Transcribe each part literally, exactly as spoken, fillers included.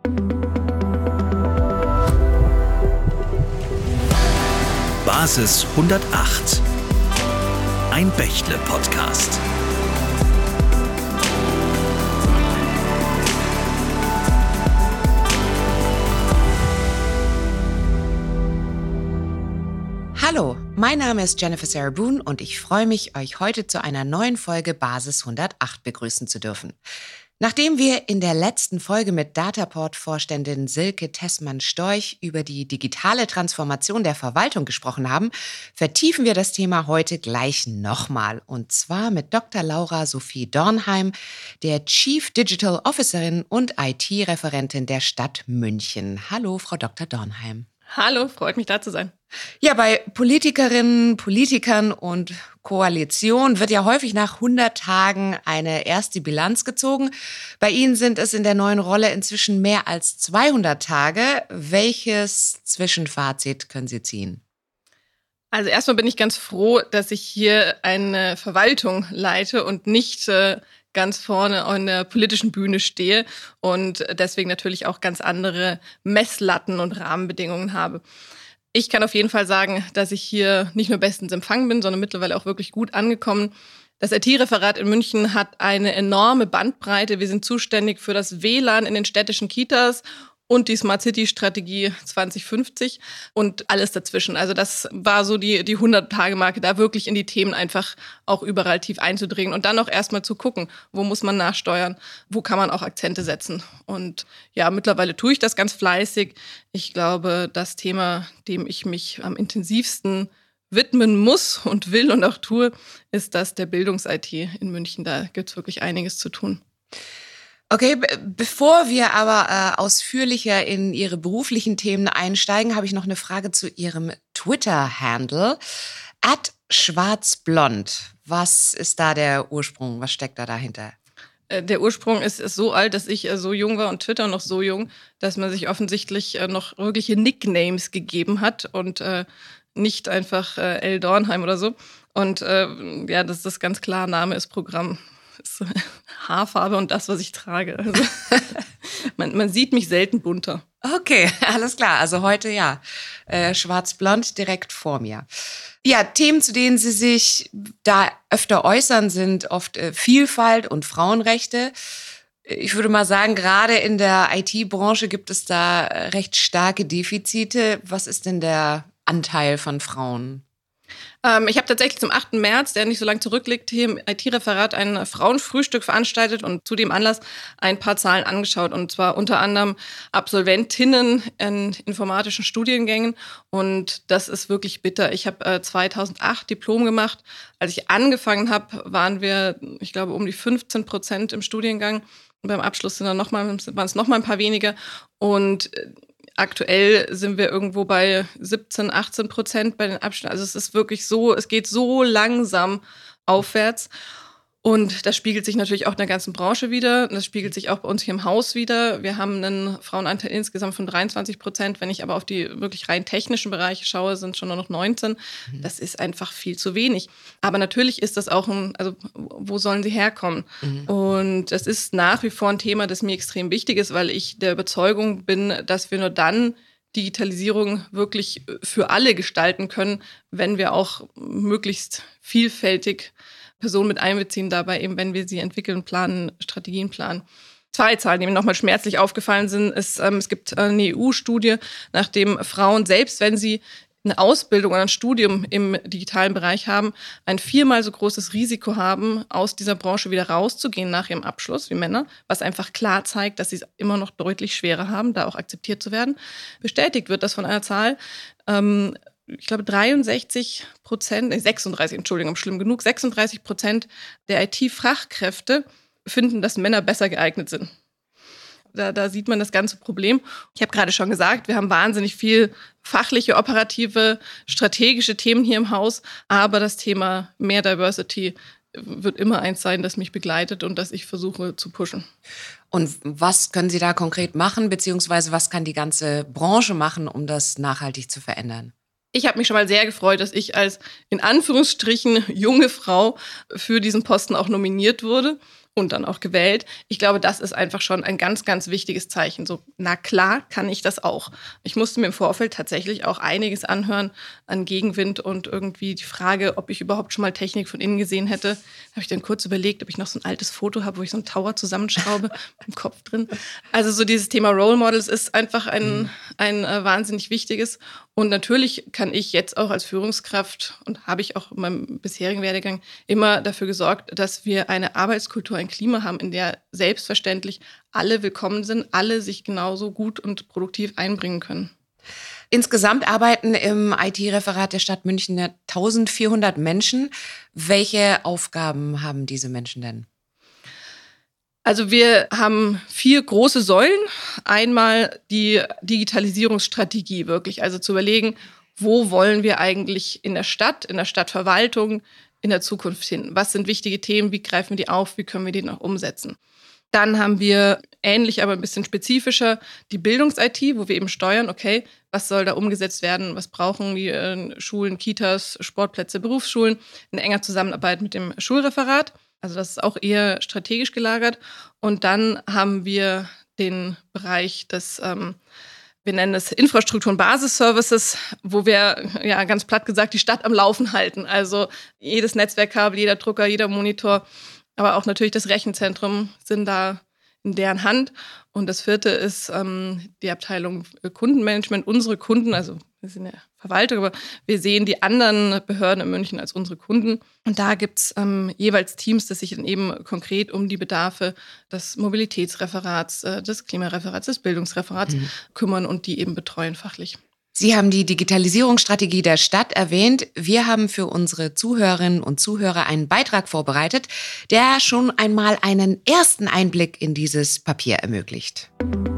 Basis hundertacht. Ein Bächle-Podcast. Hallo, mein Name ist Jennifer Sarah Boone und ich freue mich, euch heute zu einer neuen Folge Basis hundertacht begrüßen zu dürfen. Nachdem wir in der letzten Folge mit Dataport-Vorständin Silke Tessmann-Storch über die digitale Transformation der Verwaltung gesprochen haben, vertiefen wir das Thema heute gleich nochmal. Und zwar mit Doktor Laura Sophie Dornheim, der Chief Digital Officerin und I T-Referentin der Stadt München. Hallo, Frau Doktor Dornheim. Hallo, freut mich da zu sein. Ja, bei Politikerinnen, Politikern und Koalition wird ja häufig nach hundert Tagen eine erste Bilanz gezogen. Bei Ihnen sind es in der neuen Rolle inzwischen mehr als zweihundert Tage. Welches Zwischenfazit können Sie ziehen? Also erstmal bin ich ganz froh, dass ich hier eine Verwaltung leite und nicht äh, ganz vorne an der politischen Bühne stehe und deswegen natürlich auch ganz andere Messlatten und Rahmenbedingungen habe. Ich kann auf jeden Fall sagen, dass ich hier nicht nur bestens empfangen bin, sondern mittlerweile auch wirklich gut angekommen. Das I T-Referat in München hat eine enorme Bandbreite. Wir sind zuständig für das W L A N in den städtischen Kitas und die Smart City-Strategie zwanzig fünfzig und alles dazwischen. Also das war so die die hundert-Tage-Marke, da wirklich in die Themen einfach auch überall tief einzudringen und dann auch erstmal zu gucken, wo muss man nachsteuern, wo kann man auch Akzente setzen. Und ja, mittlerweile tue ich das ganz fleißig. Ich glaube, das Thema, dem ich mich am intensivsten widmen muss und will und auch tue, ist das der Bildungs-I T in München. Da gibt's wirklich einiges zu tun. Okay, b- bevor wir aber äh, ausführlicher in Ihre beruflichen Themen einsteigen, habe ich noch eine Frage zu Ihrem Twitter-Handle. at schwarzblond. Was ist da der Ursprung? Was steckt da dahinter? Der Ursprung ist, ist so alt, dass ich so jung war und Twitter noch so jung, dass man sich offensichtlich noch wirkliche Nicknames gegeben hat und äh, nicht einfach äh, L. Dornheim oder so. Und äh, ja, das ist das ganz klar, Name ist Programm. Ist Haarfarbe und das, was ich trage. Also, man, man sieht mich selten bunter. Okay, alles klar. Also heute ja, äh, schwarz-blond direkt vor mir. Ja, Themen, zu denen Sie sich da öfter äußern, sind oft äh, Vielfalt und Frauenrechte. Ich würde mal sagen, gerade in der I T-Branche gibt es da recht starke Defizite. Was ist denn der Anteil von Frauen? Ähm, ich habe tatsächlich zum achten März, der nicht so lange zurückliegt, hier im I T-Referat ein Frauenfrühstück veranstaltet und zu dem Anlass ein paar Zahlen angeschaut. Und zwar unter anderem Absolventinnen in informatischen Studiengängen. Und das ist wirklich bitter. Ich habe äh, zweitausendacht Diplom gemacht. Als ich angefangen habe, waren wir, ich glaube, um die fünfzehn Prozent im Studiengang. Und beim Abschluss sind dann noch mal, waren es noch mal ein paar weniger. Und äh, aktuell sind wir irgendwo bei siebzehn, achtzehn Prozent bei den Abschnitten. Also es ist wirklich so, es geht so langsam aufwärts. Und das spiegelt sich natürlich auch in der ganzen Branche wieder. Das spiegelt sich auch bei uns hier im Haus wieder. Wir haben einen Frauenanteil insgesamt von dreiundzwanzig Prozent. Wenn ich aber auf die wirklich rein technischen Bereiche schaue, sind schon nur noch neunzehn. Das ist einfach viel zu wenig. Aber natürlich ist das auch ein, also wo sollen sie herkommen? Mhm. Und das ist nach wie vor ein Thema, das mir extrem wichtig ist, weil ich der Überzeugung bin, dass wir nur dann Digitalisierung wirklich für alle gestalten können, wenn wir auch möglichst vielfältig Personen mit einbeziehen, dabei eben, wenn wir sie entwickeln, planen, Strategien planen. Zwei Zahlen, die mir nochmal schmerzlich aufgefallen sind, ist, ähm, es gibt eine E U-Studie, nachdem Frauen, selbst wenn sie eine Ausbildung oder ein Studium im digitalen Bereich haben, ein viermal so großes Risiko haben, aus dieser Branche wieder rauszugehen nach ihrem Abschluss wie Männer, was einfach klar zeigt, dass sie es immer noch deutlich schwerer haben, da auch akzeptiert zu werden. Bestätigt wird das von einer Zahl, ähm, ich glaube dreiundsechzig Prozent, nee, sechsunddreißig, Entschuldigung, schlimm genug, sechsunddreißig Prozent der I T-Fachkräfte finden, dass Männer besser geeignet sind. Da, da sieht man das ganze Problem. Ich habe gerade schon gesagt, wir haben wahnsinnig viel fachliche, operative, strategische Themen hier im Haus, aber das Thema mehr Diversity wird immer eins sein, das mich begleitet und das ich versuche zu pushen. Und was können Sie da konkret machen, beziehungsweise was kann die ganze Branche machen, um das nachhaltig zu verändern? Ich habe mich schon mal sehr gefreut, dass ich als in Anführungsstrichen junge Frau für diesen Posten auch nominiert wurde. und dann auch gewählt. Ich glaube, das ist einfach schon ein ganz, ganz wichtiges Zeichen. So, na klar kann ich das auch. Ich musste mir im Vorfeld tatsächlich auch einiges anhören an Gegenwind und irgendwie die Frage, ob ich überhaupt schon mal Technik von innen gesehen hätte. Da habe ich dann kurz überlegt, ob ich noch so ein altes Foto habe, wo ich so einen Tower zusammenschraube im Kopf drin. Also so dieses Thema Role Models ist einfach ein, ein äh, wahnsinnig wichtiges. Und natürlich kann ich jetzt auch als Führungskraft und habe ich auch in meinem bisherigen Werdegang immer dafür gesorgt, dass wir eine Arbeitskultur, ein Klima haben, in der selbstverständlich alle willkommen sind, alle sich genauso gut und produktiv einbringen können. Insgesamt arbeiten im I T-Referat der Stadt München eintausendvierhundert Menschen. Welche Aufgaben haben diese Menschen denn? Also wir haben vier große Säulen. Einmal die Digitalisierungsstrategie wirklich, also zu überlegen, wo wollen wir eigentlich in der Stadt, in der Stadtverwaltung in der Zukunft hin? Was sind wichtige Themen? Wie greifen wir die auf? Wie können wir die noch umsetzen? Dann haben wir ähnlich, aber ein bisschen spezifischer die Bildungs-I T, wo wir eben steuern, okay, was soll da umgesetzt werden? Was brauchen die äh, Schulen, Kitas, Sportplätze, Berufsschulen in enger Zusammenarbeit mit dem Schulreferat? Also das ist auch eher strategisch gelagert. Und dann haben wir den Bereich des, ähm, wir nennen es Infrastruktur- und Basisservices, wo wir, ja ganz platt gesagt, die Stadt am Laufen halten. Also jedes Netzwerkkabel, jeder Drucker, jeder Monitor, aber auch natürlich das Rechenzentrum sind da in deren Hand. Und das vierte ist ähm, die Abteilung Kundenmanagement, unsere Kunden, also wir sind ja Verwaltung, aber wir sehen die anderen Behörden in München als unsere Kunden. Und da gibt es ähm, jeweils Teams, die sich dann eben konkret um die Bedarfe des Mobilitätsreferats, äh, des Klimareferats, des Bildungsreferats mhm. kümmern und die eben betreuen fachlich. Sie haben die Digitalisierungsstrategie der Stadt erwähnt. Wir haben für unsere Zuhörerinnen und Zuhörer einen Beitrag vorbereitet, der schon einmal einen ersten Einblick in dieses Papier ermöglicht.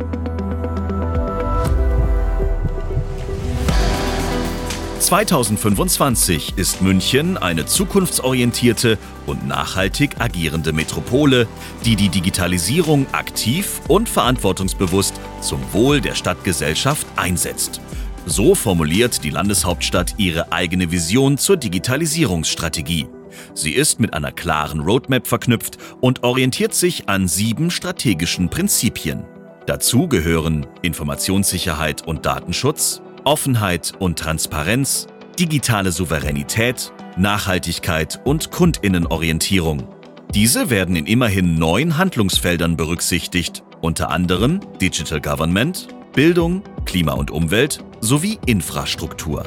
zweitausendfünfundzwanzig ist München eine zukunftsorientierte und nachhaltig agierende Metropole, die die Digitalisierung aktiv und verantwortungsbewusst zum Wohl der Stadtgesellschaft einsetzt. So formuliert die Landeshauptstadt ihre eigene Vision zur Digitalisierungsstrategie. Sie ist mit einer klaren Roadmap verknüpft und orientiert sich an sieben strategischen Prinzipien. Dazu gehören Informationssicherheit und Datenschutz, Offenheit und Transparenz, digitale Souveränität, Nachhaltigkeit und Kundinnenorientierung. Diese werden in immerhin neun Handlungsfeldern berücksichtigt, unter anderem Digital Government, Bildung, Klima und Umwelt sowie Infrastruktur.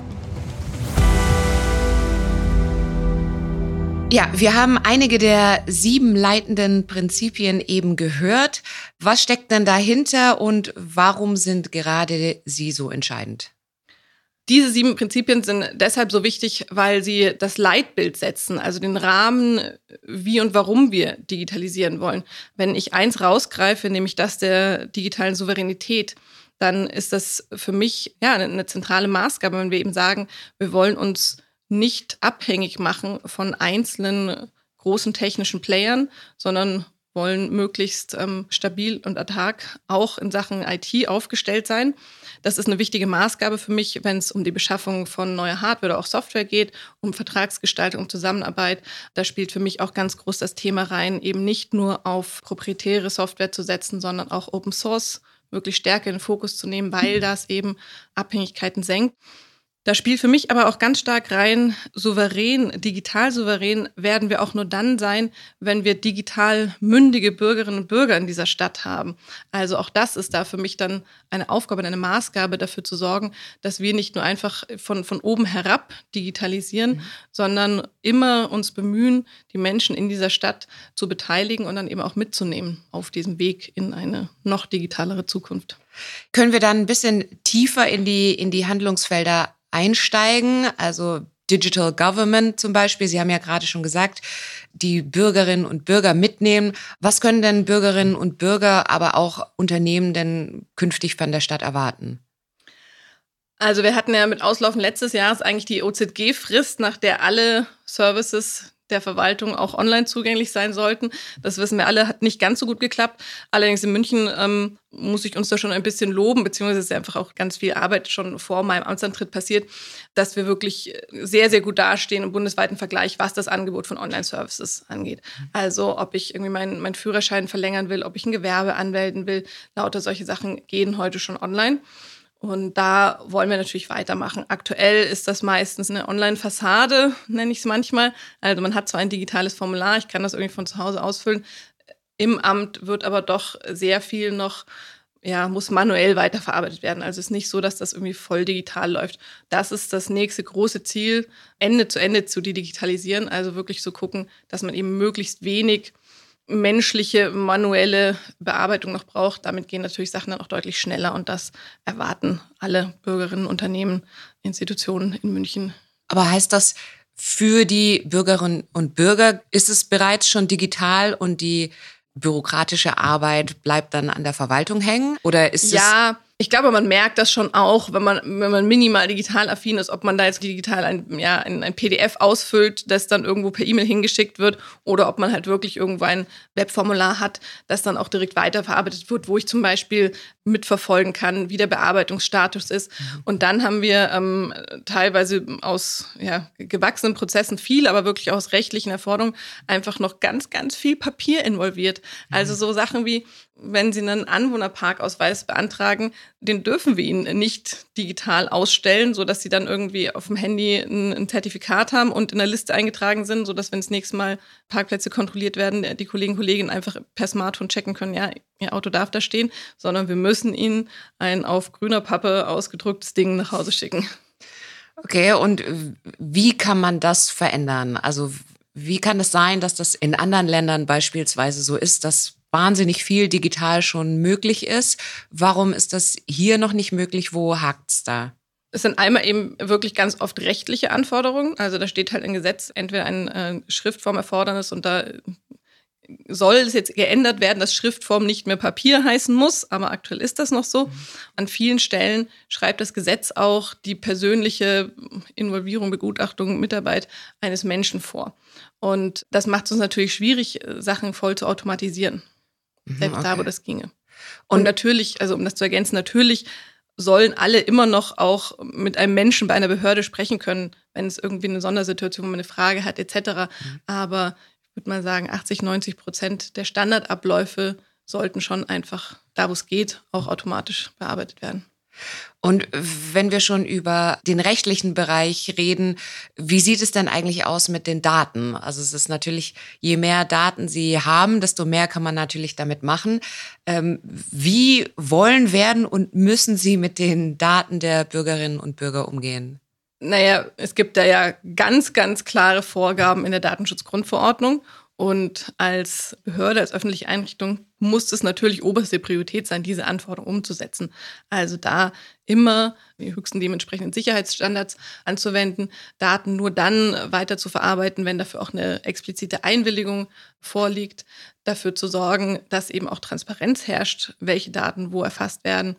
Ja, wir haben einige der sieben leitenden Prinzipien eben gehört. Was steckt denn dahinter und warum sind gerade sie so entscheidend? Diese sieben Prinzipien sind deshalb so wichtig, weil sie das Leitbild setzen, also den Rahmen, wie und warum wir digitalisieren wollen. Wenn ich eins rausgreife, nämlich das der digitalen Souveränität, dann ist das für mich ja eine zentrale Maßgabe, wenn wir eben sagen, wir wollen uns nicht abhängig machen von einzelnen großen technischen Playern, sondern wollen möglichst ähm, stabil und autark auch in Sachen I T aufgestellt sein. Das ist eine wichtige Maßgabe für mich, wenn es um die Beschaffung von neuer Hardware oder auch Software geht, um Vertragsgestaltung, um Zusammenarbeit. Da spielt für mich auch ganz groß das Thema rein, eben nicht nur auf proprietäre Software zu setzen, sondern auch Open Source wirklich stärker in den Fokus zu nehmen, weil das eben Abhängigkeiten senkt. Da spielt für mich aber auch ganz stark rein, souverän, digital souverän werden wir auch nur dann sein, wenn wir digital mündige Bürgerinnen und Bürger in dieser Stadt haben. Also auch das ist da für mich dann eine Aufgabe, eine Maßgabe dafür zu sorgen, dass wir nicht nur einfach von, von oben herab digitalisieren, mhm. sondern immer uns bemühen, die Menschen in dieser Stadt zu beteiligen und dann eben auch mitzunehmen auf diesem Weg in eine noch digitalere Zukunft. Können wir dann ein bisschen tiefer in die, in die Handlungsfelder einsteigen, also Digital Government zum Beispiel. Sie haben ja gerade schon gesagt, die Bürgerinnen und Bürger mitnehmen. Was können denn Bürgerinnen und Bürger, aber auch Unternehmen denn künftig von der Stadt erwarten? Also wir hatten ja mit Auslaufen letztes Jahres eigentlich die O Z G-Frist, nach der alle Services, der Verwaltung auch online zugänglich sein sollten. Das wissen wir alle, hat nicht ganz so gut geklappt. Allerdings in München ähm, muss ich uns da schon ein bisschen loben, beziehungsweise ist einfach auch ganz viel Arbeit schon vor meinem Amtsantritt passiert, dass wir wirklich sehr, sehr gut dastehen im bundesweiten Vergleich, was das Angebot von Online-Services angeht. Also ob ich irgendwie meinen mein Führerschein verlängern will, ob ich ein Gewerbe anmelden will, lauter solche Sachen gehen heute schon online. Und da wollen wir natürlich weitermachen. Aktuell ist das meistens eine Online-Fassade, nenne ich es manchmal. Also man hat zwar ein digitales Formular, ich kann das irgendwie von zu Hause ausfüllen. Im Amt wird aber doch sehr viel noch, ja, muss manuell weiterverarbeitet werden. Also es ist nicht so, dass das irgendwie voll digital läuft. Das ist das nächste große Ziel, Ende zu Ende zu digitalisieren. Also wirklich so gucken, dass man eben möglichst wenig menschliche, manuelle Bearbeitung noch braucht. Damit gehen natürlich Sachen dann auch deutlich schneller und das erwarten alle Bürgerinnen, Unternehmen, Institutionen in München. Aber heißt das, für die Bürgerinnen und Bürger ist es bereits schon digital und die bürokratische Arbeit bleibt dann an der Verwaltung hängen? Oder ist es... Ja, ich glaube, man merkt das schon auch, wenn man, wenn man minimal digital affin ist, ob man da jetzt digital ein, ja, ein, ein P D F ausfüllt, das dann irgendwo per E-Mail hingeschickt wird oder ob man halt wirklich irgendwo ein Webformular hat, das dann auch direkt weiterverarbeitet wird, wo ich zum Beispiel mitverfolgen kann, wie der Bearbeitungsstatus ist. Und dann haben wir ähm, teilweise aus ja, gewachsenen Prozessen viel, aber wirklich aus rechtlichen Erforderungen einfach noch ganz, ganz viel Papier involviert. Also so Sachen wie, wenn Sie einen Anwohnerparkausweis beantragen, den dürfen wir Ihnen nicht digital ausstellen, sodass Sie dann irgendwie auf dem Handy ein, ein Zertifikat haben und in der Liste eingetragen sind, sodass, wenn das nächste Mal Parkplätze kontrolliert werden, die Kollegen und Kolleginnen einfach per Smartphone checken können, ja, Ihr Auto darf da stehen, sondern wir müssen Ihnen ein auf grüner Pappe ausgedrucktes Ding nach Hause schicken. Okay, und wie kann man das verändern? Also wie kann es sein, dass das in anderen Ländern beispielsweise so ist, dass wahnsinnig viel digital schon möglich ist? Warum ist das hier noch nicht möglich? Wo hakt's da? Es sind einmal eben wirklich ganz oft rechtliche Anforderungen. Also da steht halt im Gesetz entweder ein äh, Schriftformerfordernis und da soll es jetzt geändert werden, dass Schriftform nicht mehr Papier heißen muss, aber aktuell ist das noch so. An vielen Stellen schreibt das Gesetz auch die persönliche Involvierung, Begutachtung, Mitarbeit eines Menschen vor. Und das macht es uns natürlich schwierig, Sachen voll zu automatisieren. Selbst okay. da, wo das ginge. Und, und natürlich, also um das zu ergänzen, natürlich sollen alle immer noch auch mit einem Menschen bei einer Behörde sprechen können, wenn es irgendwie eine Sondersituation, wo man eine Frage hat, et cetera. Mhm. Aber ich würde mal sagen, achtzig, neunzig Prozent der Standardabläufe sollten schon einfach, da wo es geht, auch automatisch bearbeitet werden. Und wenn wir schon über den rechtlichen Bereich reden, wie sieht es denn eigentlich aus mit den Daten? Also es ist natürlich, je mehr Daten Sie haben, desto mehr kann man natürlich damit machen. Ähm, wie wollen, werden und müssen Sie mit den Daten der Bürgerinnen und Bürger umgehen? Naja, es gibt da ja ganz, ganz klare Vorgaben in der Datenschutzgrundverordnung. Und als Behörde, als öffentliche Einrichtung muss es natürlich oberste Priorität sein, diese Anforderungen umzusetzen. Also da immer die höchsten dementsprechenden Sicherheitsstandards anzuwenden, Daten nur dann weiter zu verarbeiten, wenn dafür auch eine explizite Einwilligung vorliegt, dafür zu sorgen, dass eben auch Transparenz herrscht, welche Daten wo erfasst werden.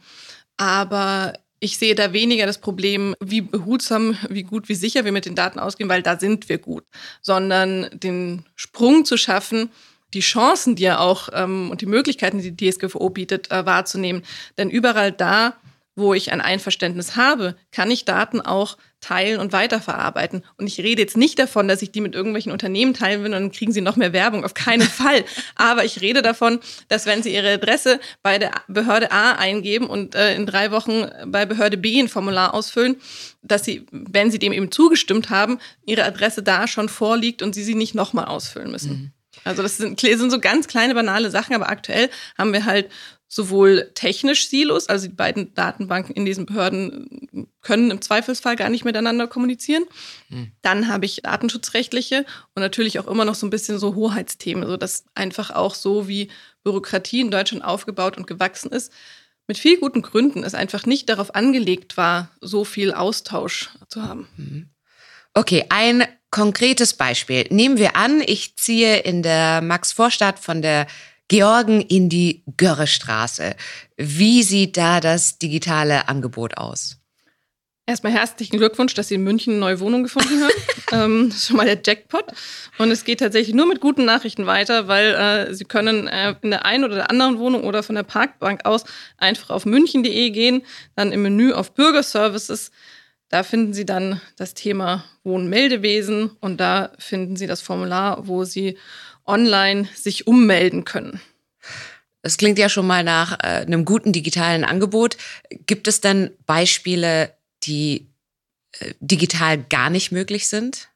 Aber ich sehe da weniger das Problem, wie behutsam, wie gut, wie sicher wir mit den Daten ausgehen, weil da sind wir gut, sondern den Sprung zu schaffen, die Chancen, die ja auch ähm, und die Möglichkeiten, die die D S G V O bietet, äh, wahrzunehmen. Denn überall da, wo ich ein Einverständnis habe, kann ich Daten auch teilen und weiterverarbeiten. Und ich rede jetzt nicht davon, dass ich die mit irgendwelchen Unternehmen teilen will und dann kriegen sie noch mehr Werbung, auf keinen Fall. Aber ich rede davon, dass wenn sie ihre Adresse bei der Behörde A eingeben und äh, in drei Wochen bei Behörde B ein Formular ausfüllen, dass sie, wenn sie dem eben zugestimmt haben, ihre Adresse da schon vorliegt und sie sie nicht nochmal ausfüllen müssen. Mhm. Also das sind, sind so ganz kleine, banale Sachen, aber aktuell haben wir halt sowohl technisch Silos, also die beiden Datenbanken in diesen Behörden können im Zweifelsfall gar nicht miteinander kommunizieren. Mhm. Dann habe ich datenschutzrechtliche und natürlich auch immer noch so ein bisschen so Hoheitsthemen, so dass einfach auch so wie Bürokratie in Deutschland aufgebaut und gewachsen ist, mit viel guten Gründen es einfach nicht darauf angelegt war, so viel Austausch zu haben. Mhm. Okay, ein konkretes Beispiel. Nehmen wir an, ich ziehe in der Maxvorstadt von der Georgen in die Görrestraße. Wie sieht da das digitale Angebot aus? Erstmal herzlichen Glückwunsch, dass Sie in München eine neue Wohnung gefunden haben. Ähm, das ist schon mal der Jackpot. Und es geht tatsächlich nur mit guten Nachrichten weiter, weil äh, Sie können äh, in der einen oder der anderen Wohnung oder von der Parkbank aus einfach auf münchen punkt de gehen, dann im Menü auf Bürgerservices. Da finden Sie dann das Thema Wohnmeldewesen und da finden Sie das Formular, wo Sie online sich ummelden können. Das klingt ja schon mal nach äh, einem guten digitalen Angebot. Gibt es denn Beispiele, die äh, digital gar nicht möglich sind?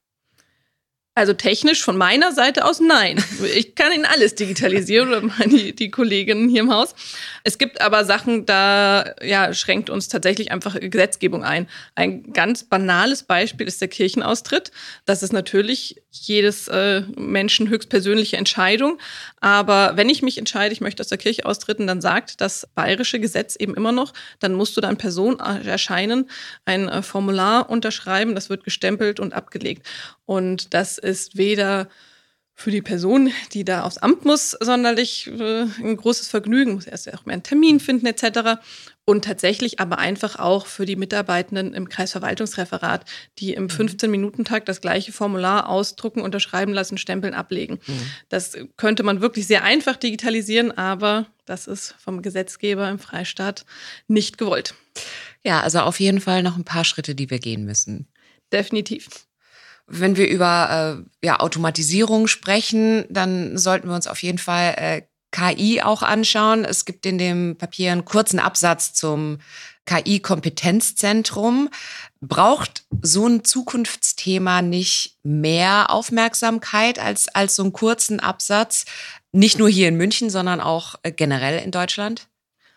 Also technisch von meiner Seite aus nein. Ich kann Ihnen alles digitalisieren oder die, die Kolleginnen hier im Haus. Es gibt aber Sachen, da ja, schränkt uns tatsächlich einfach Gesetzgebung ein. Ein ganz banales Beispiel ist der Kirchenaustritt. Das ist natürlich jedes äh, Menschen höchstpersönliche Entscheidung. Aber wenn ich mich entscheide, ich möchte aus der Kirche austreten, dann sagt das bayerische Gesetz eben immer noch, dann musst du da in Person erscheinen, ein äh, Formular unterschreiben, das wird gestempelt und abgelegt. Und das ist weder für die Person, die da aufs Amt muss, sonderlich äh, ein großes Vergnügen, muss erst auch mehr einen Termin finden et cetera. Und tatsächlich aber einfach auch für die Mitarbeitenden im Kreisverwaltungsreferat, die im fünfzehn-Minuten-Takt das gleiche Formular ausdrucken, unterschreiben lassen, stempeln, ablegen. Mhm. Das könnte man wirklich sehr einfach digitalisieren, aber das ist vom Gesetzgeber im Freistaat nicht gewollt. Ja, also auf jeden Fall noch ein paar Schritte, die wir gehen müssen. Definitiv. Wenn wir über äh, ja, Automatisierung sprechen, dann sollten wir uns auf jeden Fall äh, K I auch anschauen. Es gibt in dem Papier einen kurzen Absatz zum K I-Kompetenzzentrum. Braucht so ein Zukunftsthema nicht mehr Aufmerksamkeit als, als so einen kurzen Absatz? Nicht nur hier in München, sondern auch äh, generell in Deutschland?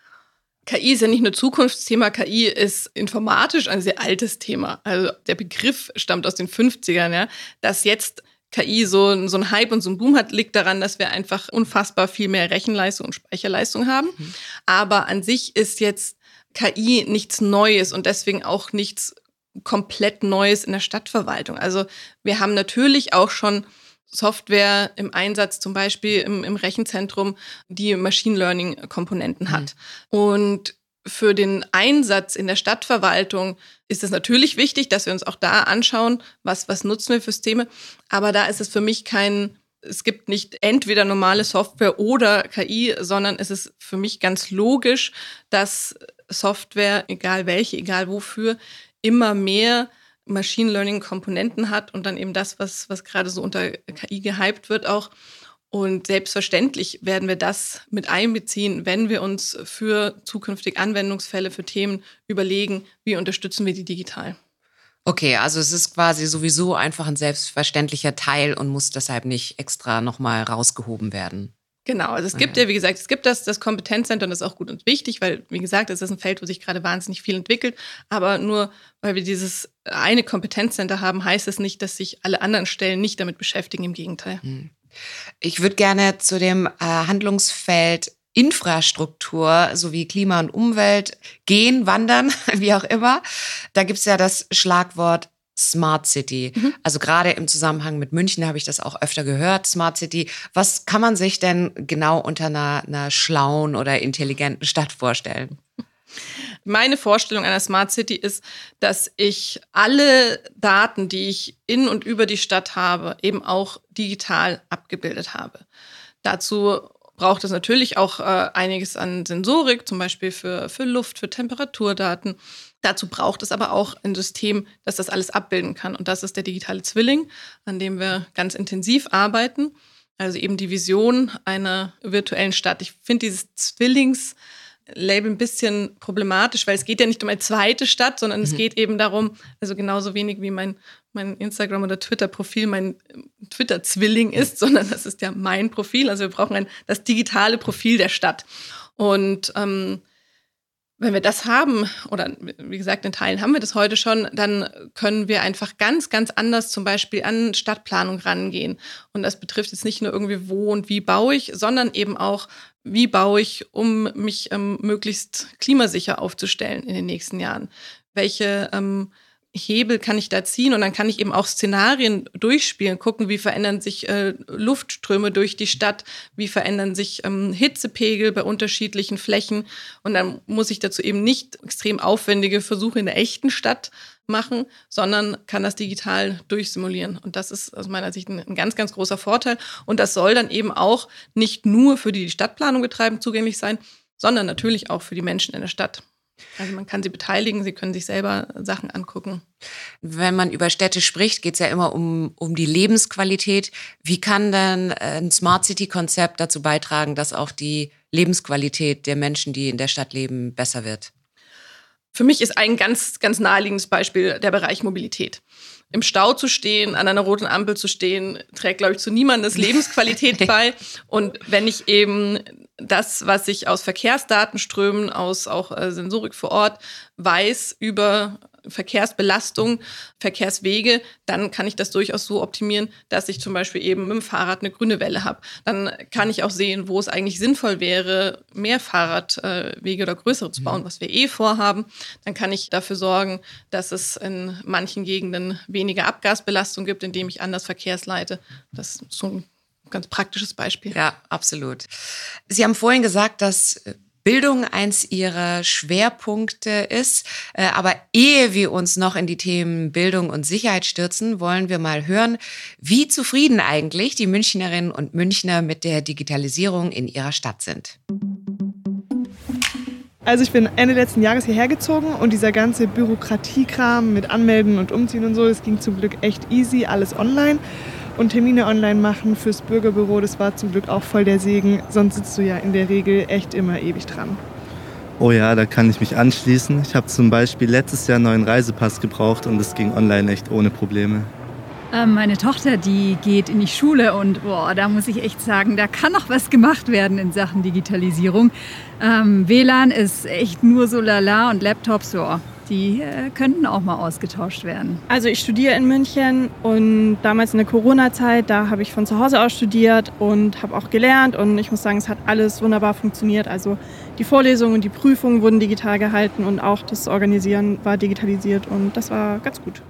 K I ist ja nicht nur Zukunftsthema, K I ist informatisch ein sehr altes Thema. Also der Begriff stammt aus den fünfzigern, ja. Dass jetzt K I so, so einen Hype und so einen Boom hat, liegt daran, dass wir einfach unfassbar viel mehr Rechenleistung und Speicherleistung haben. Mhm. Aber an sich ist jetzt K I nichts Neues und deswegen auch nichts komplett Neues in der Stadtverwaltung. Also wir haben natürlich auch schon Software im Einsatz, zum Beispiel im, im Rechenzentrum, die Machine Learning-Komponenten hat. Mhm. Und für den Einsatz in der Stadtverwaltung ist es natürlich wichtig, dass wir uns auch da anschauen, was, was nutzen wir für Systeme. Aber da ist es für mich kein, es gibt nicht entweder normale Software oder K I, sondern es ist für mich ganz logisch, dass Software, egal welche, egal wofür, immer mehr Machine Learning-Komponenten hat und dann eben das, was, was gerade so unter K I gehypt wird auch. Und selbstverständlich werden wir das mit einbeziehen, wenn wir uns für zukünftige Anwendungsfälle, für Themen überlegen, wie unterstützen wir die digital. Okay, also es ist quasi sowieso einfach ein selbstverständlicher Teil und muss deshalb nicht extra nochmal rausgehoben werden. Genau, also es gibt ja, wie gesagt, es gibt das, das Kompetenzzentrum, das ist auch gut und wichtig, weil, wie gesagt, es ist ein Feld, wo sich gerade wahnsinnig viel entwickelt. Aber nur weil wir dieses eine Kompetenzcenter haben, heißt es nicht, dass sich alle anderen Stellen nicht damit beschäftigen, im Gegenteil. Ich würde gerne zu dem äh, Handlungsfeld Infrastruktur sowie Klima und Umwelt gehen, wandern, wie auch immer. Da gibt es ja das Schlagwort Smart City. Mhm. Also gerade im Zusammenhang mit München habe ich das auch öfter gehört, Smart City. Was kann man sich denn genau unter einer, einer schlauen oder intelligenten Stadt vorstellen? Meine Vorstellung einer Smart City ist, dass ich alle Daten, die ich in und über die Stadt habe, eben auch digital abgebildet habe. Dazu braucht es natürlich auch äh, einiges an Sensorik, zum Beispiel für, für Luft, für Temperaturdaten. Dazu braucht es aber auch ein System, das das alles abbilden kann. Und das ist der digitale Zwilling, an dem wir ganz intensiv arbeiten. Also eben die Vision einer virtuellen Stadt. Ich finde dieses Zwillings-Label ein bisschen problematisch, weil es geht ja nicht um eine zweite Stadt, sondern mhm. es geht eben darum, also genauso wenig wie mein, mein Instagram- oder Twitter-Profil mein Twitter-Zwilling ist, sondern das ist ja mein Profil. Also wir brauchen ein, das digitale Profil der Stadt. Und ähm, wenn wir das haben, oder wie gesagt, in Teilen haben wir das heute schon, dann können wir einfach ganz, ganz anders zum Beispiel an Stadtplanung rangehen. Und das betrifft jetzt nicht nur irgendwie, wo und wie baue ich, sondern eben auch, wie baue ich, um mich ähm, möglichst klimasicher aufzustellen in den nächsten Jahren. Welche ähm, Hebel kann ich da ziehen? Und dann kann ich eben auch Szenarien durchspielen, gucken, wie verändern sich äh, Luftströme durch die Stadt, wie verändern sich ähm, Hitzepegel bei unterschiedlichen Flächen. Und dann muss ich dazu eben nicht extrem aufwendige Versuche in der echten Stadt machen, sondern kann das digital durchsimulieren. Und das ist aus meiner Sicht ein, ein ganz, ganz großer Vorteil. Und das soll dann eben auch nicht nur für die, die Stadtplanung betreiben, zugänglich sein, sondern natürlich auch für die Menschen in der Stadt. Also man kann sie beteiligen, sie können sich selber Sachen angucken. Wenn man über Städte spricht, geht es ja immer um, um die Lebensqualität. Wie kann denn ein Smart City-Konzept dazu beitragen, dass auch die Lebensqualität der Menschen, die in der Stadt leben, besser wird? Für mich ist ein ganz, ganz naheliegendes Beispiel der Bereich Mobilität. Im Stau zu stehen, an einer roten Ampel zu stehen, trägt, glaube ich, zu niemandes Lebensqualität bei. Und wenn ich eben das, was ich aus Verkehrsdatenströmen, aus auch äh, Sensorik vor Ort weiß über Verkehrsbelastung, Verkehrswege, dann kann ich das durchaus so optimieren, dass ich zum Beispiel eben mit dem Fahrrad eine grüne Welle habe. Dann kann ich auch sehen, wo es eigentlich sinnvoll wäre, mehr Fahrradwege oder größere zu bauen, was wir eh vorhaben. Dann kann ich dafür sorgen, dass es in manchen Gegenden weniger Abgasbelastung gibt, indem ich anders Verkehrsleite. Das ist so ein ganz praktisches Beispiel. Ja, absolut. Sie haben vorhin gesagt, dass Bildung eins Ihrer Schwerpunkte ist. Aber ehe wir uns noch in die Themen Bildung und Sicherheit stürzen, wollen wir mal hören, wie zufrieden eigentlich die Münchnerinnen und Münchner mit der Digitalisierung in ihrer Stadt sind. Also ich bin Ende letzten Jahres hierher gezogen und dieser ganze Bürokratiekram mit Anmelden und Umziehen und so, das ging zum Glück echt easy, alles online. Und Termine online machen fürs Bürgerbüro, das war zum Glück auch voll der Segen. Sonst sitzt du ja in der Regel echt immer ewig dran. Oh ja, da kann ich mich anschließen. Ich habe zum Beispiel letztes Jahr einen neuen Reisepass gebraucht und das ging online echt ohne Probleme. Ähm, meine Tochter, die geht in die Schule und boah, da muss ich echt sagen, da kann noch was gemacht werden in Sachen Digitalisierung. Ähm, W L A N ist echt nur so lala und Laptops, ja, die äh, könnten auch mal ausgetauscht werden. Also ich studiere in München und damals in der Corona-Zeit, da habe ich von zu Hause aus studiert und habe auch gelernt und ich muss sagen, es hat alles wunderbar funktioniert. Also die Vorlesungen und die Prüfungen wurden digital gehalten und auch das Organisieren war digitalisiert und das war ganz gut.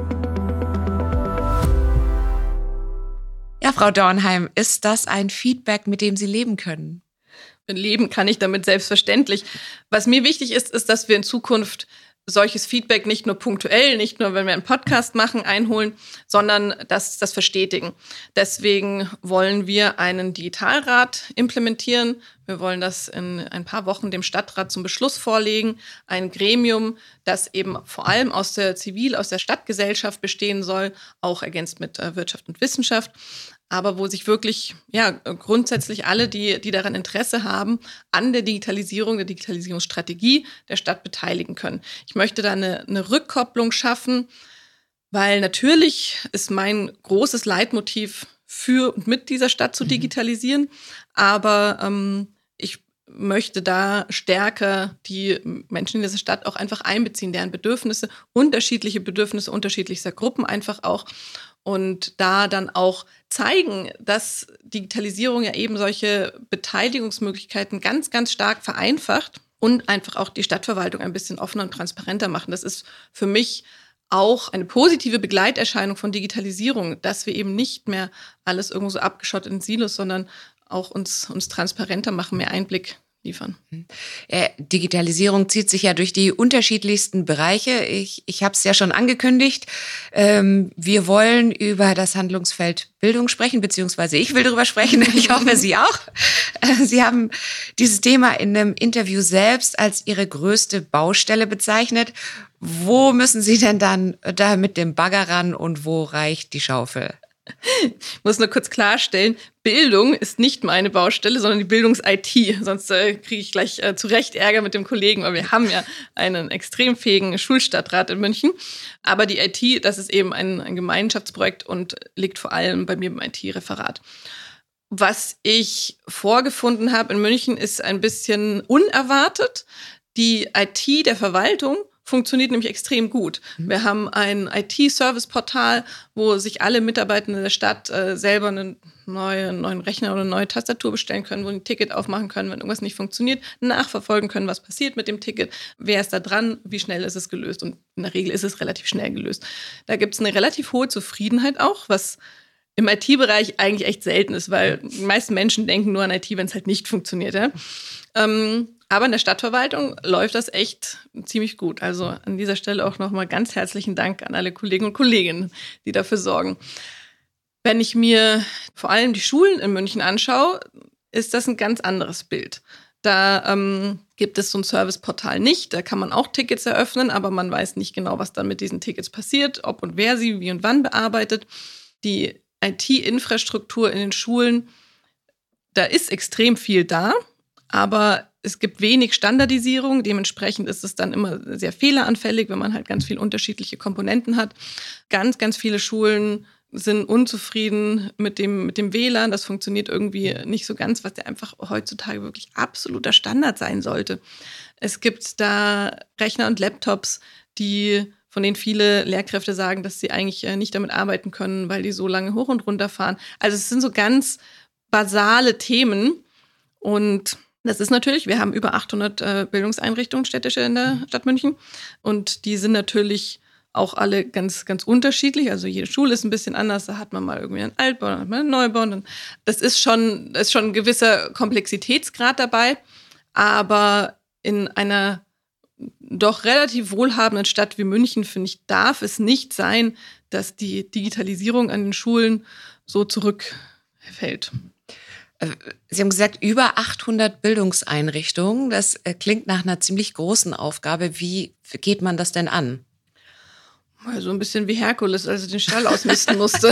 Ja, Frau Dornheim, ist das ein Feedback, mit dem Sie leben können? Leben kann ich damit selbstverständlich. Was mir wichtig ist, ist, dass wir in Zukunft solches Feedback nicht nur punktuell, nicht nur, wenn wir einen Podcast machen, einholen, sondern das, das verstetigen. Deswegen wollen wir einen Digitalrat implementieren. Wir wollen das in ein paar Wochen dem Stadtrat zum Beschluss vorlegen. Ein Gremium, das eben vor allem aus der Zivil-, aus der Stadtgesellschaft bestehen soll, auch ergänzt mit äh, Wirtschaft und Wissenschaft. Aber wo sich wirklich ja grundsätzlich alle, die, die daran Interesse haben, an der Digitalisierung, der Digitalisierungsstrategie der Stadt beteiligen können. Ich möchte da eine, eine Rückkopplung schaffen, weil natürlich ist mein großes Leitmotiv, für und mit dieser Stadt zu digitalisieren. Aber ähm, ich möchte da stärker die Menschen in dieser Stadt auch einfach einbeziehen, deren Bedürfnisse, unterschiedliche Bedürfnisse unterschiedlichster Gruppen einfach auch. Und da dann auch zeigen, dass Digitalisierung ja eben solche Beteiligungsmöglichkeiten ganz, ganz stark vereinfacht und einfach auch die Stadtverwaltung ein bisschen offener und transparenter machen. Das ist für mich auch eine positive Begleiterscheinung von Digitalisierung, dass wir eben nicht mehr alles irgendwo so abgeschottet in Silos, sondern auch uns, uns transparenter machen, mehr Einblick liefern. Äh, Digitalisierung zieht sich ja durch die unterschiedlichsten Bereiche. Ich, ich habe es ja schon angekündigt. Ähm, wir wollen über das Handlungsfeld Bildung sprechen, beziehungsweise ich will darüber sprechen. Ich hoffe, Sie auch. Äh, Sie haben dieses Thema in einem Interview selbst als Ihre größte Baustelle bezeichnet. Wo müssen Sie denn dann da mit dem Bagger ran und wo reicht die Schaufel? Ich muss nur kurz klarstellen, Bildung ist nicht meine Baustelle, sondern die Bildungs-I T. Sonst äh, kriege ich gleich äh, zu Recht Ärger mit dem Kollegen, weil wir haben ja einen extrem fähigen Schulstadtrat in München. Aber die I T, das ist eben ein, ein Gemeinschaftsprojekt und liegt vor allem bei mir im I T-Referat. Was ich vorgefunden habe in München ist ein bisschen unerwartet. Die I T der Verwaltung funktioniert nämlich extrem gut. Mhm. Wir haben ein I T-Service-Portal, wo sich alle Mitarbeitenden der Stadt äh, selber einen neue, neuen Rechner oder eine neue Tastatur bestellen können, wo sie ein Ticket aufmachen können, wenn irgendwas nicht funktioniert, nachverfolgen können, was passiert mit dem Ticket, wer ist da dran, wie schnell ist es gelöst. Und in der Regel ist es relativ schnell gelöst. Da gibt es eine relativ hohe Zufriedenheit auch, was im I T-Bereich eigentlich echt selten ist, weil die meisten Menschen denken nur an I T, wenn es halt nicht funktioniert. Ja? Ähm, Aber in der Stadtverwaltung läuft das echt ziemlich gut. Also an dieser Stelle auch nochmal ganz herzlichen Dank an alle Kollegen und Kolleginnen, die dafür sorgen. Wenn ich mir vor allem die Schulen in München anschaue, ist das ein ganz anderes Bild. Da ähm, gibt es so ein Serviceportal nicht. Da kann man auch Tickets eröffnen, aber man weiß nicht genau, was dann mit diesen Tickets passiert, ob und wer sie wie und wann bearbeitet. Die I T-Infrastruktur in den Schulen, da ist extrem viel da, aber es gibt wenig Standardisierung, dementsprechend ist es dann immer sehr fehleranfällig, wenn man halt ganz viele unterschiedliche Komponenten hat. Ganz, ganz viele Schulen sind unzufrieden mit dem, mit dem W L A N. Das funktioniert irgendwie nicht so ganz, was ja einfach heutzutage wirklich absoluter Standard sein sollte. Es gibt da Rechner und Laptops, die, von denen viele Lehrkräfte sagen, dass sie eigentlich nicht damit arbeiten können, weil die so lange hoch und runter fahren. Also es sind so ganz basale Themen und das ist natürlich, wir haben über achthundert äh, Bildungseinrichtungen städtische in der Stadt München und die sind natürlich auch alle ganz, ganz unterschiedlich. Also jede Schule ist ein bisschen anders, da hat man mal irgendwie einen Altbau, dann hat man einen Neubau. Dann, das ist schon, ist schon ein gewisser Komplexitätsgrad dabei, aber in einer doch relativ wohlhabenden Stadt wie München, finde ich, darf es nicht sein, dass die Digitalisierung an den Schulen so zurückfällt. Sie haben gesagt, über achthundert Bildungseinrichtungen. Das klingt nach einer ziemlich großen Aufgabe. Wie geht man das denn an? So ein bisschen wie Herkules, als er den Stall ausmisten musste.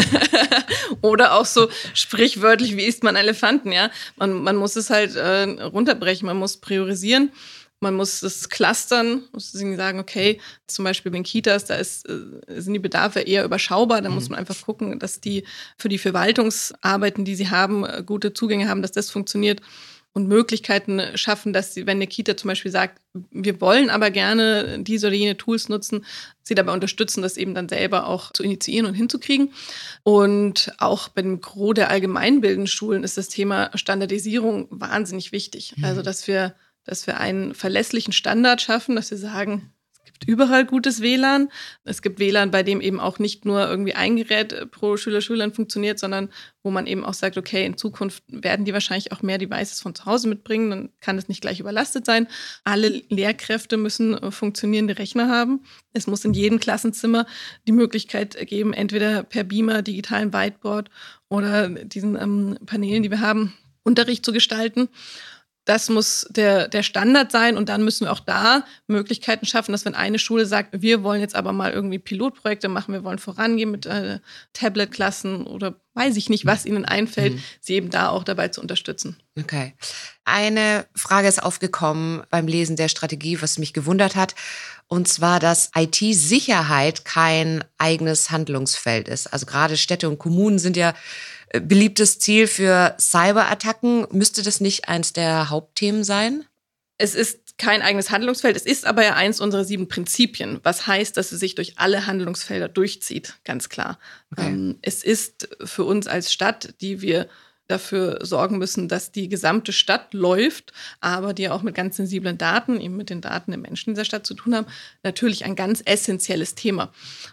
Oder auch so sprichwörtlich, wie isst man Elefanten, ja? Man, man muss es halt äh, runterbrechen, man muss priorisieren. Man muss es clustern, muss sagen, okay, zum Beispiel in Kitas, da ist, sind die Bedarfe eher überschaubar. Da mhm. muss man einfach gucken, dass die für die Verwaltungsarbeiten, die sie haben, gute Zugänge haben, dass das funktioniert und Möglichkeiten schaffen, dass sie, wenn eine Kita zum Beispiel sagt, wir wollen aber gerne diese oder jene Tools nutzen, sie dabei unterstützen, das eben dann selber auch zu initiieren und hinzukriegen. Und auch bei dem Gros der allgemeinbildenden Schulen ist das Thema Standardisierung wahnsinnig wichtig. Mhm. Also, dass wir dass wir einen verlässlichen Standard schaffen, dass wir sagen, es gibt überall gutes W L A N. Es gibt W L A N, bei dem eben auch nicht nur irgendwie ein Gerät pro Schüler, Schülerin funktioniert, sondern wo man eben auch sagt, okay, in Zukunft werden die wahrscheinlich auch mehr Devices von zu Hause mitbringen, dann kann es nicht gleich überlastet sein. Alle Lehrkräfte müssen funktionierende Rechner haben. Es muss in jedem Klassenzimmer die Möglichkeit geben, entweder per Beamer, digitalen Whiteboard oder diesen ähm, Paneelen, die wir haben, Unterricht zu gestalten. Das muss der, der Standard sein und dann müssen wir auch da Möglichkeiten schaffen, dass wenn eine Schule sagt, wir wollen jetzt aber mal irgendwie Pilotprojekte machen, wir wollen vorangehen mit äh, Tablet-Klassen oder weiß ich nicht, was ihnen einfällt, mhm. sie eben da auch dabei zu unterstützen. Okay. Eine Frage ist aufgekommen beim Lesen der Strategie, was mich gewundert hat, und zwar, dass I T-Sicherheit kein eigenes Handlungsfeld ist. Also gerade Städte und Kommunen sind ja beliebtes Ziel für Cyberattacken. Müsste das nicht eins der Hauptthemen sein? Es ist kein eigenes Handlungsfeld, es ist aber ja eins unserer sieben Prinzipien, was heißt, dass es sich durch alle Handlungsfelder durchzieht, ganz klar. Okay. Ähm, es ist für uns als Stadt, die wir dafür sorgen müssen, dass die gesamte Stadt läuft, aber die ja auch mit ganz sensiblen Daten, eben mit den Daten der Menschen in dieser Stadt zu tun haben, natürlich ein ganz essentielles Thema.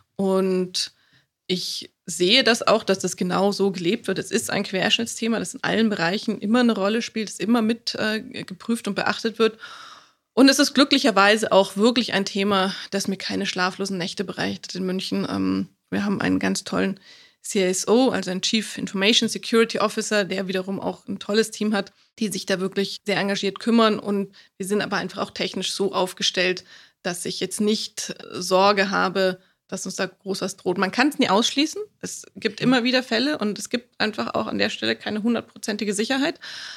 Und ich sehe das auch, dass das genau so gelebt wird. Es ist ein Querschnittsthema, das in allen Bereichen immer eine Rolle spielt, das immer mit äh, geprüft und beachtet wird. Und es ist glücklicherweise auch wirklich ein Thema, das mir keine schlaflosen Nächte bereitet in München. Ähm, wir haben einen ganz tollen C I S O, also einen Chief Information Security Officer, der wiederum auch ein tolles Team hat, die sich da wirklich sehr engagiert kümmern. Und wir sind aber einfach auch technisch so aufgestellt, dass ich jetzt nicht Sorge habe, dass uns da groß was droht. Man kann es nie ausschließen. Es gibt immer wieder Fälle und es gibt einfach auch an der Stelle keine hundertprozentige Sicherheit.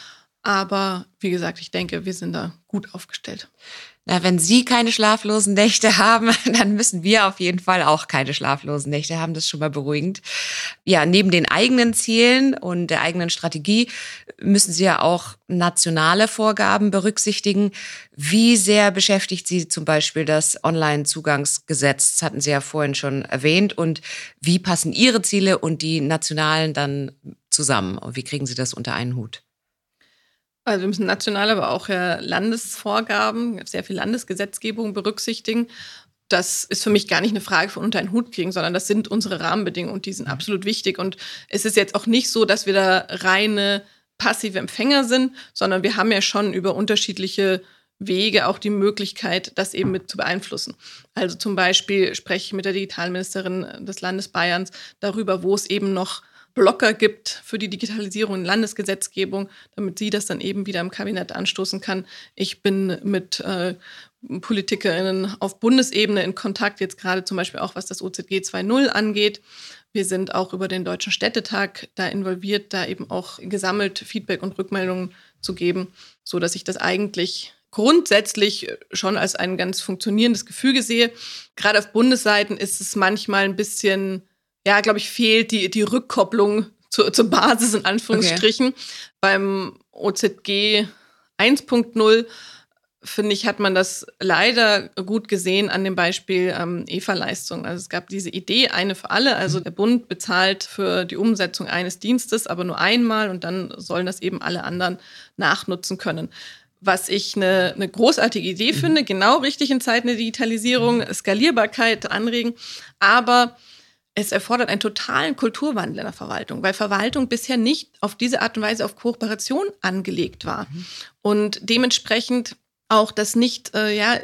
Aber wie gesagt, ich denke, wir sind da gut aufgestellt. Na, wenn Sie keine schlaflosen Nächte haben, dann müssen wir auf jeden Fall auch keine schlaflosen Nächte haben. Das ist schon mal beruhigend. Ja, neben den eigenen Zielen und der eigenen Strategie müssen Sie ja auch nationale Vorgaben berücksichtigen. Wie sehr beschäftigt Sie zum Beispiel das Online-Zugangsgesetz? Das hatten Sie ja vorhin schon erwähnt. Und wie passen Ihre Ziele und die nationalen dann zusammen? Und wie kriegen Sie das unter einen Hut? Also wir müssen national, aber auch ja Landesvorgaben, sehr viel Landesgesetzgebung berücksichtigen. Das ist für mich gar nicht eine Frage von unter einen Hut kriegen, sondern das sind unsere Rahmenbedingungen und die sind absolut wichtig. Und es ist jetzt auch nicht so, dass wir da reine passive Empfänger sind, sondern wir haben ja schon über unterschiedliche Wege auch die Möglichkeit, das eben mit zu beeinflussen. Also zum Beispiel spreche ich mit der Digitalministerin des Landes Bayerns darüber, wo es eben noch Blocker gibt für die Digitalisierung in Landesgesetzgebung, damit sie das dann eben wieder im Kabinett anstoßen kann. Ich bin mit äh, PolitikerInnen auf Bundesebene in Kontakt, jetzt gerade zum Beispiel auch was das O Z G zwei Punkt null angeht. Wir sind auch über den Deutschen Städtetag da involviert, da eben auch gesammelt Feedback und Rückmeldungen zu geben, sodass ich das eigentlich grundsätzlich schon als ein ganz funktionierendes Gefüge sehe. Gerade auf Bundesseiten ist es manchmal ein bisschen, ja, glaube ich, fehlt die, die Rückkopplung zu, zur Basis in Anführungsstrichen. Okay. Beim O Z G eins Punkt null, finde ich, hat man das leider gut gesehen an dem Beispiel ähm, E V A-Leistung. Also es gab diese Idee, eine für alle. Also der Bund bezahlt für die Umsetzung eines Dienstes, aber nur einmal und dann sollen das eben alle anderen nachnutzen können. Was ich eine, eine großartige Idee finde, genau richtig in Zeiten der Digitalisierung, Skalierbarkeit anregen, aber es erfordert einen totalen Kulturwandel in der Verwaltung, weil Verwaltung bisher nicht auf diese Art und Weise auf Kooperation angelegt war. Mhm. Und dementsprechend auch das nicht äh, ja,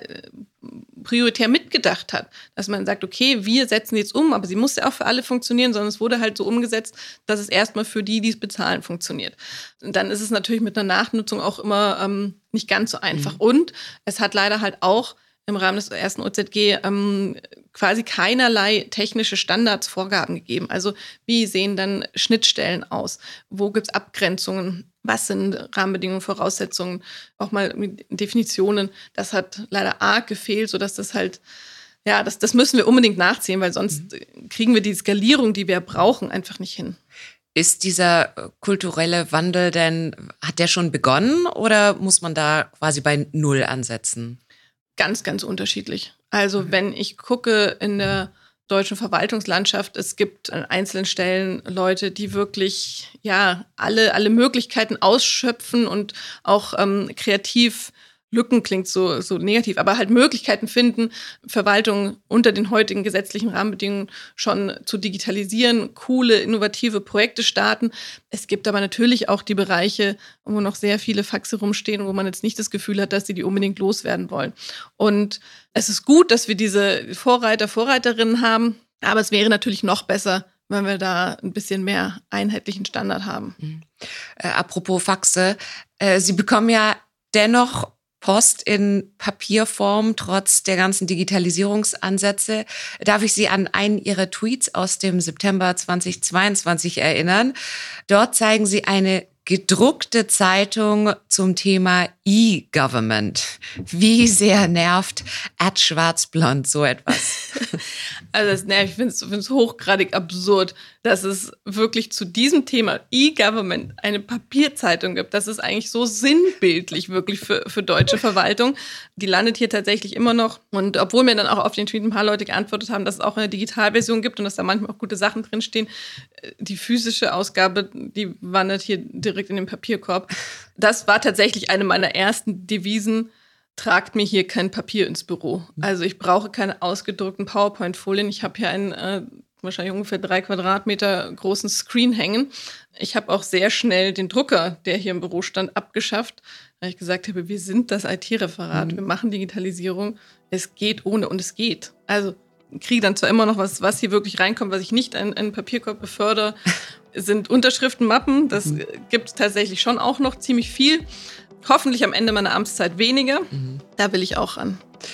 prioritär mitgedacht hat, dass man sagt, okay, wir setzen jetzt um, aber sie muss ja auch für alle funktionieren, sondern es wurde halt so umgesetzt, dass es erstmal für die, die es bezahlen, funktioniert. Und dann ist es natürlich mit einer Nachnutzung auch immer ähm, nicht ganz so einfach. Mhm. Und es hat leider halt auch im Rahmen des ersten O Z G ähm, quasi keinerlei technische Standards, Vorgaben gegeben. Also wie sehen dann Schnittstellen aus? Wo gibt es Abgrenzungen? Was sind Rahmenbedingungen, Voraussetzungen? Auch mal mit Definitionen. Das hat leider arg gefehlt, sodass das halt, ja, das, das müssen wir unbedingt nachziehen, weil sonst kriegen wir die Skalierung, die wir brauchen, einfach nicht hin. Ist dieser kulturelle Wandel denn, hat der schon begonnen oder muss man da quasi bei Null ansetzen? Ganz, ganz unterschiedlich. Also wenn ich gucke in der deutschen Verwaltungslandschaft, es gibt an einzelnen Stellen Leute, die wirklich ja alle, alle Möglichkeiten ausschöpfen und auch ähm, kreativ, Lücken klingt so, so negativ, aber halt Möglichkeiten finden, Verwaltung unter den heutigen gesetzlichen Rahmenbedingungen schon zu digitalisieren, coole, innovative Projekte starten. Es gibt aber natürlich auch die Bereiche, wo noch sehr viele Faxe rumstehen, wo man jetzt nicht das Gefühl hat, dass sie die unbedingt loswerden wollen. Und es ist gut, dass wir diese Vorreiter, Vorreiterinnen haben, aber es wäre natürlich noch besser, wenn wir da ein bisschen mehr einheitlichen Standard haben. Mhm. Äh, apropos Faxe, äh, Sie bekommen ja dennoch Post in Papierform, trotz der ganzen Digitalisierungsansätze. Darf ich Sie an einen Ihrer Tweets aus dem September zweitausendzweiundzwanzig erinnern? Dort zeigen Sie eine gedruckte Zeitung zum Thema E-Government. Wie sehr nervt at Schwarzblond so etwas? Also das nervt, ich finde es, finde es hochgradig absurd, dass es wirklich zu diesem Thema E-Government eine Papierzeitung gibt. Das ist eigentlich so sinnbildlich wirklich für, für deutsche Verwaltung. Die landet hier tatsächlich immer noch. Und obwohl mir dann auch auf den Tweet ein paar Leute geantwortet haben, dass es auch eine Digitalversion gibt und dass da manchmal auch gute Sachen drinstehen, die physische Ausgabe, die wandert hier direkt in den Papierkorb. Das war tatsächlich eine meiner ersten Devisen. Tragt mir hier kein Papier ins Büro. Also ich brauche keine ausgedruckten PowerPoint-Folien. Ich habe hier einen äh, wahrscheinlich ungefähr drei Quadratmeter großen Screen hängen. Ich habe auch sehr schnell den Drucker, der hier im Büro stand, abgeschafft, weil ich gesagt habe, wir sind das I T-Referat, mhm. wir machen Digitalisierung. Es geht ohne und es geht. Also ich kriege dann zwar immer noch was, was hier wirklich reinkommt, was ich nicht in einen Papierkorb befördere, sind Unterschriftenmappen. Das mhm. gibt es tatsächlich schon auch noch ziemlich viel. Hoffentlich am Ende meiner Amtszeit weniger. Mhm. Da will ich auch ran.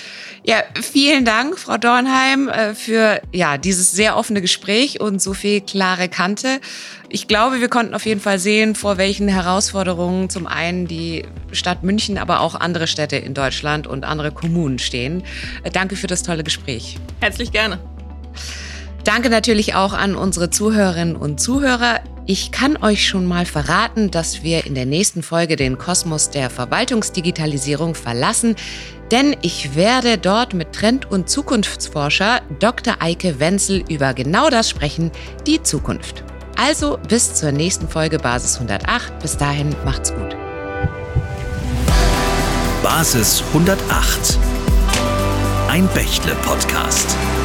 Ja, vielen Dank, Frau Dornheim, für ja, dieses sehr offene Gespräch und so viel klare Kante. Ich glaube, wir konnten auf jeden Fall sehen, vor welchen Herausforderungen zum einen die Stadt München, aber auch andere Städte in Deutschland und andere Kommunen stehen. Danke für das tolle Gespräch. Herzlich gerne. Danke natürlich auch an unsere Zuhörerinnen und Zuhörer. Ich kann euch schon mal verraten, dass wir in der nächsten Folge den Kosmos der Verwaltungsdigitalisierung verlassen, denn ich werde dort mit Trend- und Zukunftsforscher Doktor Eike Wenzel über genau das sprechen, die Zukunft. Also bis zur nächsten Folge Basis hundertacht. Bis dahin macht's gut. Basis hundertacht. Ein Bächle-Podcast.